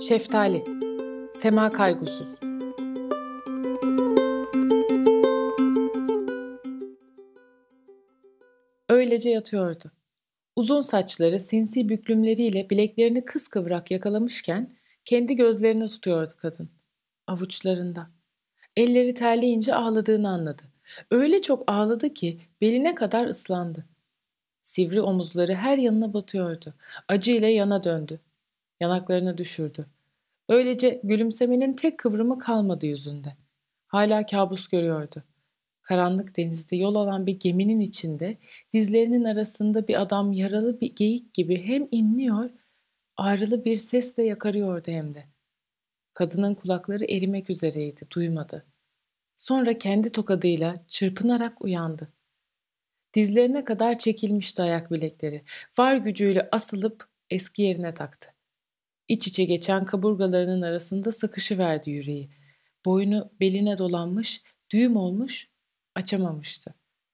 Şeftali, Sema Kaygusuz. Öylece yatıyordu. Uzun saçları sinsi büklümleriyle bileklerini kıskıvrak yakalamışken kendi gözlerini tutuyordu kadın. Avuçlarında. Elleri terleyince ağladığını anladı. Öyle çok ağladı ki beline kadar ıslandı. Sivri omuzları her yanına batıyordu. Acıyla yana döndü. Yanaklarını düşürdü. Öylece gülümsemenin tek kıvrımı kalmadı yüzünde. Hala kabus görüyordu. Karanlık denizde yol alan bir geminin içinde dizlerinin arasında bir adam yaralı bir geyik gibi hem inliyor, ağrılı bir sesle yakarıyordu hem de. Kadının kulakları erimek üzereydi, duymadı. Sonra kendi tokadıyla çırpınarak uyandı. Dizlerine kadar çekilmişti ayak bilekleri. Var gücüyle asılıp eski yerine taktı. İç içe geçen kaburgalarının arasında sıkışıverdi yüreği. Boynu beline dolanmış, düğüm olmuş, açamamıştı.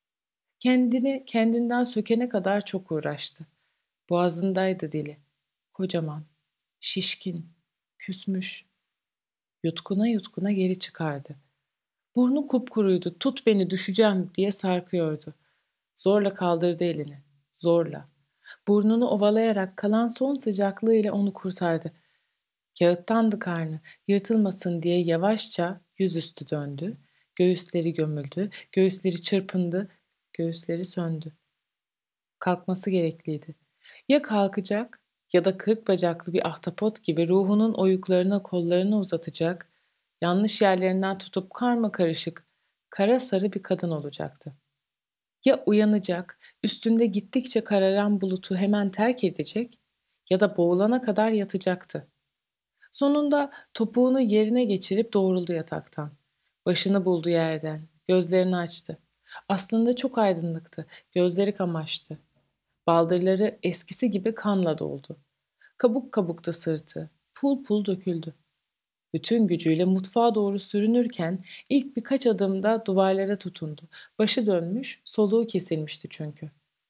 Kendini kendinden sökene kadar çok uğraştı. Boğazındaydı dili. Kocaman, şişkin, küsmüş. Yutkuna yutkuna geri çıkardı. Burnu kupkuruydu, tut beni düşeceğim diye sarkıyordu. Zorla kaldırdı elini, zorla. Burnunu ovalayarak kalan son sıcaklığıyla onu kurtardı. Kağıttandı karnı, yırtılmasın diye yavaşça yüzüstü döndü. Göğüsleri gömüldü, göğüsleri çırpındı, göğüsleri söndü. Kalkması gerekliydi. Ya kalkacak ya da 40 bacaklı bir ahtapot gibi ruhunun oyuklarına kollarını uzatacak, yanlış yerlerinden tutup karmakarışık, kara sarı bir kadın olacaktı. Ya uyanacak, üstünde gittikçe kararan bulutu hemen terk edecek ya da boğulana kadar yatacaktı. Sonunda topuğunu yerine geçirip doğruldu yataktan. Başını buldu yerden, gözlerini açtı. Aslında çok aydınlıktı, gözleri kamaştı. Baldırları eskisi gibi kanla doldu. Kabuk kabukta sırtı, pul pul döküldü. Bütün gücüyle mutfağa doğru sürünürken ilk birkaç adımda duvarlara tutundu. Başı dönmüş, soluğu kesilmişti çünkü.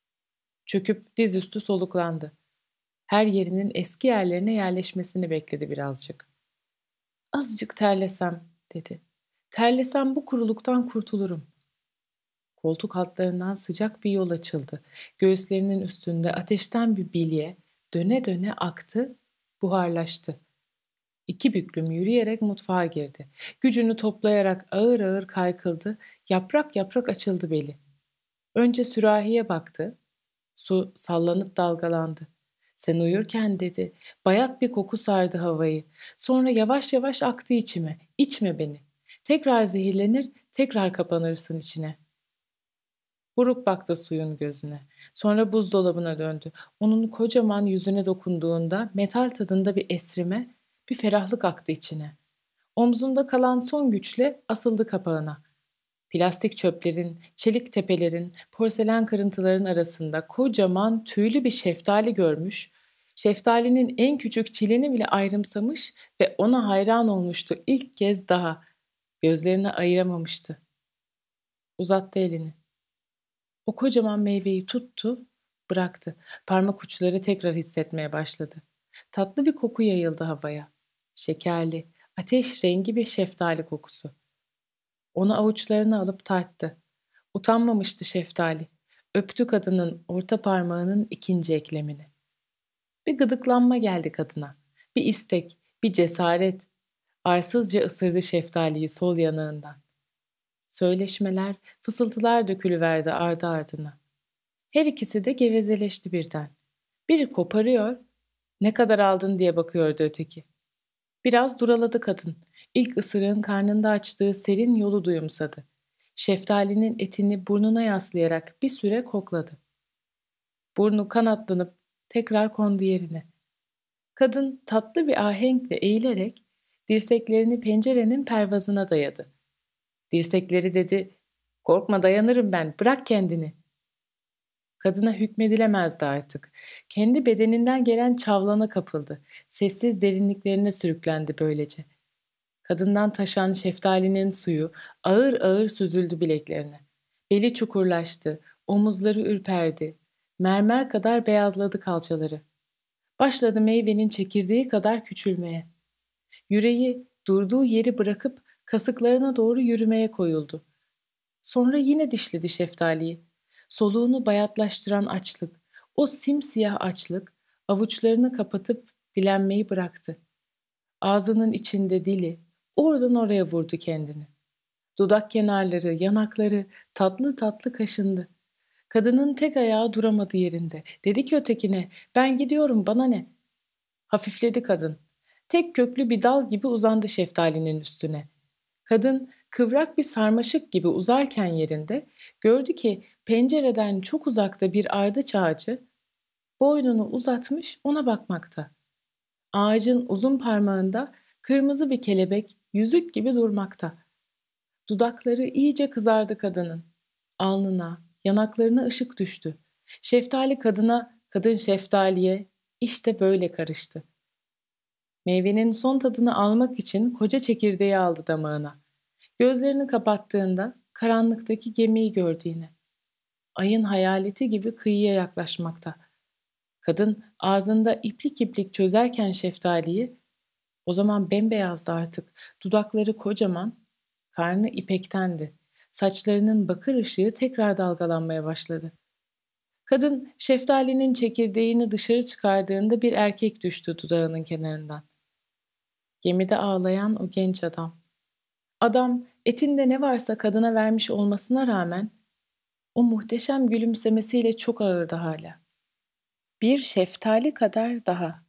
Çöküp dizüstü soluklandı. Her yerinin eski yerlerine yerleşmesini bekledi birazcık. Azıcık terlesem, dedi. Terlesem bu kuruluktan kurtulurum. Koltuk altlarından sıcak bir yol açıldı. Göğüslerinin üstünde ateşten bir bilye döne döne aktı, buharlaştı. İki büklüm yürüyerek mutfağa girdi. Gücünü toplayarak ağır ağır kaykıldı, yaprak yaprak açıldı beli. Önce sürahiye baktı. Su sallanıp dalgalandı. Sen uyurken dedi, bayat bir koku sardı havayı. Sonra yavaş yavaş aktı içime. İçme beni. Tekrar zehirlenir, tekrar kapanırsın içine. Buruk baktı suyun gözüne. Sonra buzdolabına döndü. Onun kocaman yüzüne dokunduğunda metal tadında bir esrime, bir ferahlık aktı içine. Omzunda kalan son güçle asıldı kapağına. Plastik çöplerin, çelik tepelerin, porselen kırıntıların arasında kocaman tüylü bir şeftali görmüş, şeftalinin en küçük çilini bile ayrımsamış ve ona hayran olmuştu ilk kez daha. Gözlerini ayıramamıştı. Uzattı elini. O kocaman meyveyi tuttu, bıraktı. Parmak uçları tekrar hissetmeye başladı. Tatlı bir koku yayıldı havaya. Şekerli, ateş rengi bir şeftali kokusu. Onu avuçlarına alıp tarttı. Utanmamıştı şeftali. Öptü kadının orta parmağının ikinci eklemini. Bir gıdıklanma geldi kadına. Bir istek, bir cesaret. Arsızca ısırdı şeftaliyi sol yanağından. Söyleşmeler, fısıltılar dökülüverdi ardı ardına. Her ikisi de gevezeleşti birden. Biri koparıyor, ne kadar aldın diye bakıyordu öteki. Biraz duraladı kadın. İlk ısırığın karnında açtığı serin yolu duyumsadı. Şeftalinin etini burnuna yaslayarak bir süre kokladı. Burnu kanatlanıp tekrar kondu yerine. Kadın tatlı bir ahenkle eğilerek dirseklerini pencerenin pervazına dayadı. Dirsekleri dedi, korkma dayanırım ben, bırak kendini. Kadına hükmedilemezdi artık. Kendi bedeninden gelen çavlana kapıldı. Sessiz derinliklerine sürüklendi böylece. Kadından taşan şeftalinin suyu ağır ağır süzüldü bileklerine. Beli çukurlaştı, omuzları ürperdi. Mermer kadar beyazladı kalçaları. Başladı meyvenin çekirdeği kadar küçülmeye. Yüreği durduğu yeri bırakıp kasıklarına doğru yürümeye koyuldu. Sonra yine dişledi şeftaliyi. Soluğunu bayatlaştıran açlık, o simsiyah açlık avuçlarını kapatıp dilenmeyi bıraktı. Ağzının içinde dili oradan oraya vurdu kendini. Dudak kenarları, yanakları tatlı tatlı kaşındı. Kadının tek ayağı duramadı yerinde. Dedi ki ötekine, ben gidiyorum bana ne? Hafifledi kadın. Tek köklü bir dal gibi uzandı şeftalinin üstüne. Kadın kıvrak bir sarmaşık gibi uzarken yerinde gördü ki pencereden çok uzakta bir ardıç ağacı boynunu uzatmış ona bakmakta. Ağacın uzun parmağında kırmızı bir kelebek yüzük gibi durmakta. Dudakları iyice kızardı kadının. Alnına, yanaklarına ışık düştü. Şeftali kadına, kadın şeftaliye işte böyle karıştı. Meyvenin son tadını almak için koca çekirdeği aldı damağına. Gözlerini kapattığında karanlıktaki gemiyi gördü yine. Ayın hayaleti gibi kıyıya yaklaşmakta. Kadın ağzında iplik iplik çözerken şeftaliyi, o zaman bembeyazdı artık, dudakları kocaman, karnı ipektendi. Saçlarının bakır ışığı tekrar dalgalanmaya başladı. Kadın şeftalinin çekirdeğini dışarı çıkardığında bir erkek düştü dudağının kenarından. Gemide ağlayan o genç adam. Adam etinde ne varsa kadına vermiş olmasına rağmen o muhteşem gülümsemesiyle çok ağırdı hala. Bir şeftali kadar daha.